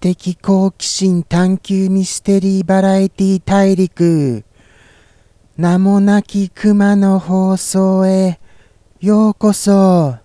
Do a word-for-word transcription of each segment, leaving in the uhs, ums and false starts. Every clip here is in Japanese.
的好奇心探求ミステリーバラエティ大陸、名もなき熊の放送へようこそ。あ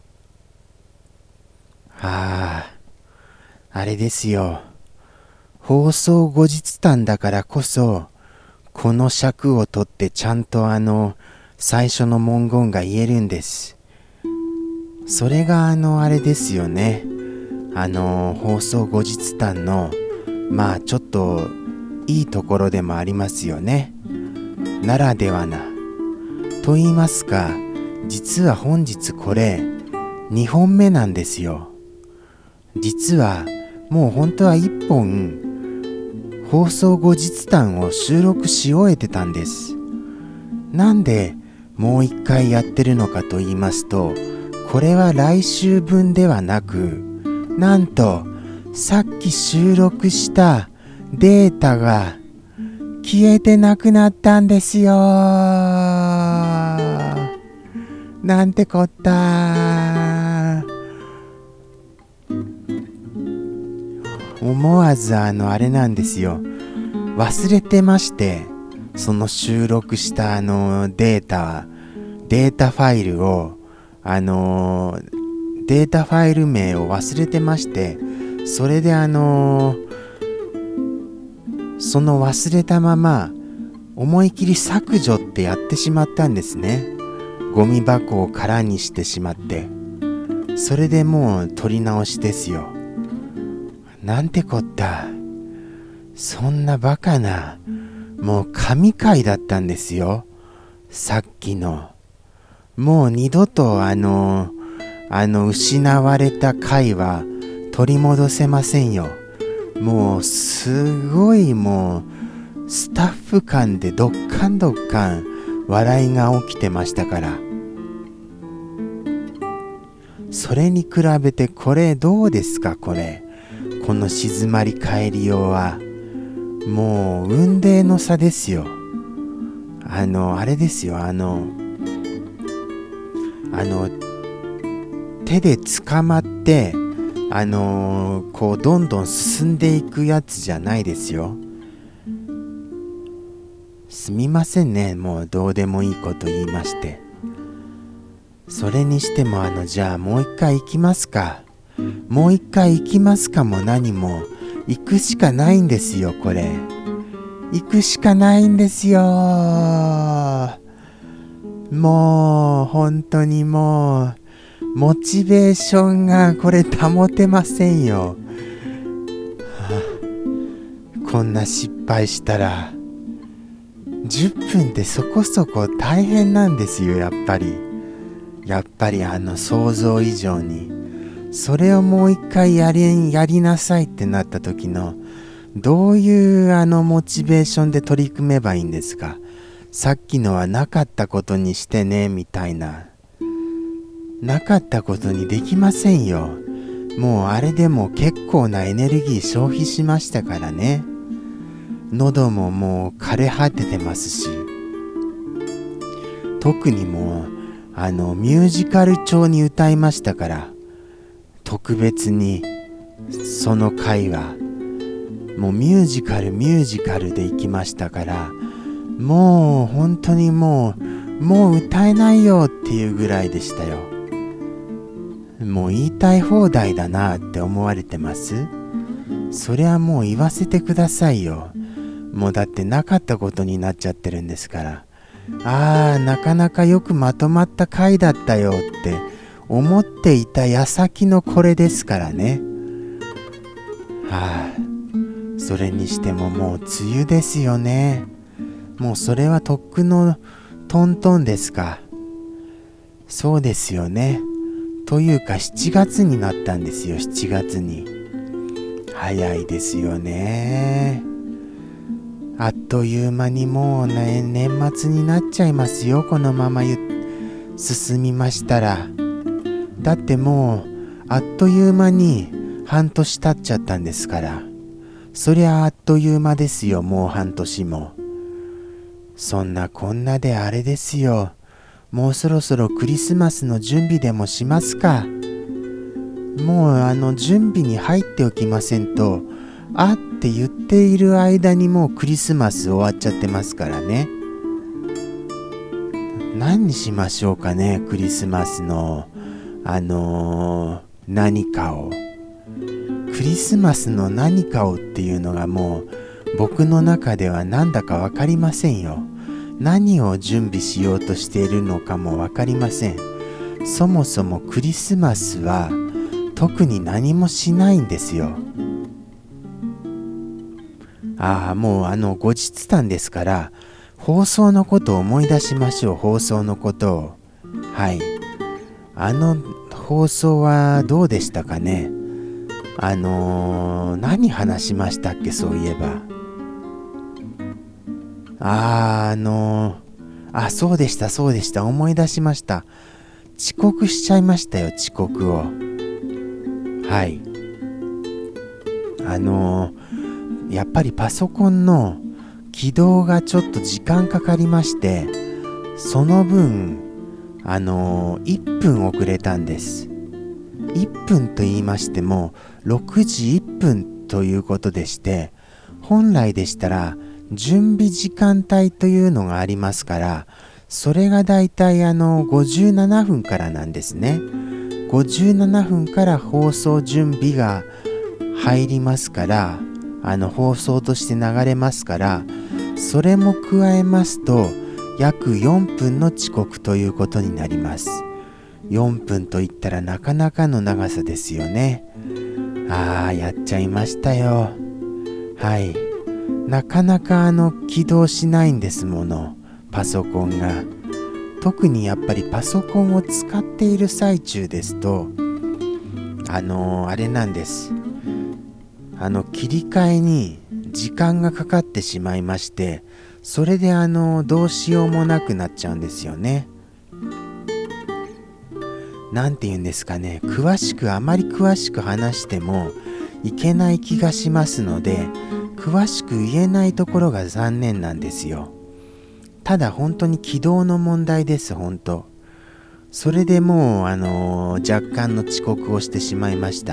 あ、あれですよ。放送後日談だからこそ、この尺を取ってちゃんとあの、最初の文言が言えるんです。それがあの、あれですよね。あの、放送後日談の、まあちょっと、いいところでもありますよね。ならではな。と言いますか、実は本日これ、にほんめなんですよ。実は、もう本当はいっぽん、放送後日談を収録し終えてたんです。なんで、もう一回やってるのかと言いますと、これは来週分ではなく、なんと、さっき収録したデータが消えてなくなったんですよ。なんてこった。思わずあのあれなんですよ。忘れてまして、その収録したあのデータ、データファイルを、あのデータファイル名を忘れてまして、それであのその忘れたまま思い切り削除ってやってしまったんですね。ゴミ箱を空にしてしまって、それでもう取り直しですよ。なんてこった。そんなバカな、もう神回だったんですよ、さっきの。もう二度とあのあの失われた回は取り戻せませんよ。もうすごい、もうスタッフ間でどっかんどっかん笑いが起きてましたから。それに比べてこれどうですか。これこの静まり返りようはもう雲泥の差ですよ。あのあれですよ、あのあの手で捕まってあのー、こうどんどん進んでいくやつじゃないですよ。すみませんね、もうどうでもいいこと言いまして。それにしてもあのじゃあもう一回行きますか。もう一回行きますかも何も、行くしかないんですよ。これ行くしかないんですよ。もう本当にもうモチベーションがこれ保てませんよ、はあ、こんな失敗したらじゅっぷんってそこそこ大変なんですよ。やっぱりやっぱりあの想像以上に。それをもう一回やり、やりなさいってなった時のどういうあのモチベーションで取り組めばいいんですか。さっきのはなかったことにしてねみたいな、なかったことにできませんよ。もうあれでも結構なエネルギー消費しましたからね。喉ももう枯れ果ててますし、特にもうあのミュージカル調に歌いましたから、特別にその回はもうミュージカルミュージカルで行きましたから、もう本当にもうもう歌えないよっていうぐらいでしたよ。もう言いたい放題だなって思われてます？そりゃもう言わせてくださいよ。もうだってなかったことになっちゃってるんですから。あー、なかなかよくまとまった回だったよって思っていた矢先のこれですからね。はあ、それにしてももう梅雨ですよね。もうそれはとっくのトントンですか。そうですよね。というかしちがつになったんですよ。しちがつに。早いですよね。あっという間にもうね、年末になっちゃいますよ。このままゆ進みましたら。だってもうあっという間に半年経っちゃったんですから。そりゃあっという間ですよ。もう半年も。そんなこんなであれですよ。もうそろそろクリスマスの準備でもしますか。 もうあの準備に入っておきませんと、あって言っている間にもうクリスマス終わっちゃってますからね。何にしましょうかね、クリスマスのあのー、何かを。クリスマスの何かをっていうのがもう僕の中ではなんだか分かりませんよ。何を準備しようとしているのかも分かりません。そもそもクリスマスは特に何もしないんですよ。ああ、もうあの後日談ですから、放送のことを思い出しましょう。放送のことを。はい。あの放送はどうでしたかね。あのー、何話しましたっけ、そういえば。あー、あのー、あ、そうでした、そうでした。思い出しました。遅刻しちゃいましたよ、遅刻を。はい。あのー、やっぱりパソコンの起動がちょっと時間かかりまして、その分、あのー、いっぷん遅れたんです。いっぷんと言いましても、ろくじいっぷんということでして、本来でしたら、準備時間帯というのがありますから、それがだいたいあのごじゅうななふんからなんですね。ごじゅうななふんから放送準備が入りますから、あの放送として流れますから、それも加えますと約よんぷんの遅刻ということになります。よんぷんといったらなかなかの長さですよね。あー、やっちゃいましたよ。はい。なかなかあの起動しないんですもの、パソコンが。特にやっぱりパソコンを使っている最中ですと、あのー、あれなんです。あの切り替えに時間がかかってしまいまして、それであのどうしようもなくなっちゃうんですよね。なんて言うんですかね、詳しくあまり詳しく話してもいけない気がしますので、詳しく言えないところが残念なんですよ。ただ本当に起動の問題です。本当それでもうあのー、若干の遅刻をしてしまいました。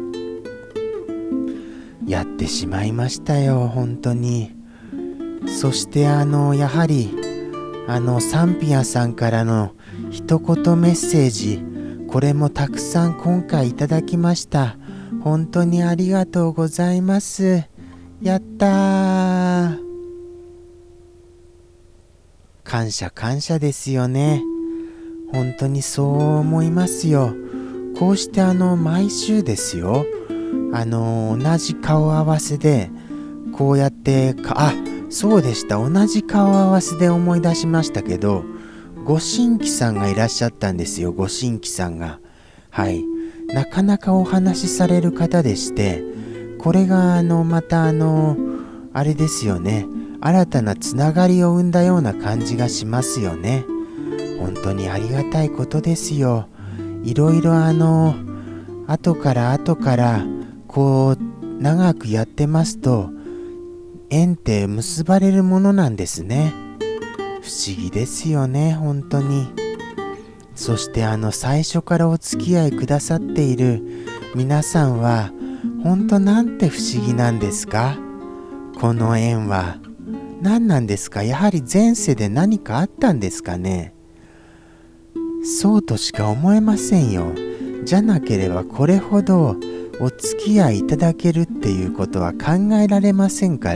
やってしまいましたよ、本当に。そしてあのやはりあのサンピアさんからの一言メッセージ、これもたくさん今回いただきました。本当にありがとうございます。やったー。感謝感謝ですよね。本当にそう思いますよ。こうしてあの毎週ですよ、あの同じ顔合わせでこうやってか、あ、そうでした、同じ顔合わせで思い出しましたけど、ご新規さんがいらっしゃったんですよ。ご新規さんが、はい、なかなかお話しされる方でして、これがあのまたあのあれですよね、新たなつながりを生んだような感じがしますよね。本当にありがたいことですよ。いろいろあの後から後からこう長くやってますと縁って結ばれるものなんですね。不思議ですよね、本当に。そしてあの最初からお付き合いくださっている皆さんは本当なんて不思議なんですか。この縁は何なんですか。やはり前世で何かあったんですかね。そうとしか思えませんよ。じゃなければこれほどお付き合いいただけるっていうことは考えられませんから。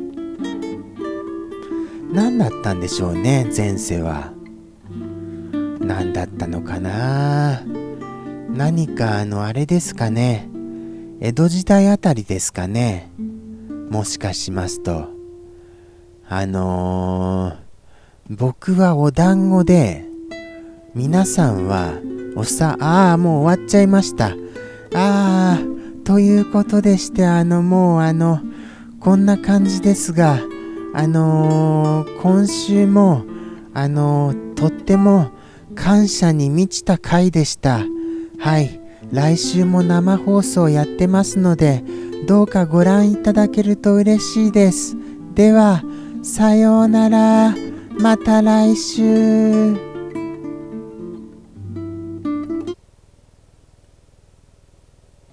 何だったんでしょうね、前世は。何だったのかな。何かあのあれですかね、江戸時代あたりですかね、もしかしますと。あのー、僕はお団子で、皆さんはおさ、ああ、もう終わっちゃいました。ああ、ということでして、あのもうあのこんな感じですが、あのー、今週もあのー、とっても感謝に満ちた回でした。はい、来週も生放送やってますので、どうかご覧いただけると嬉しいです。ではさようなら、また来週。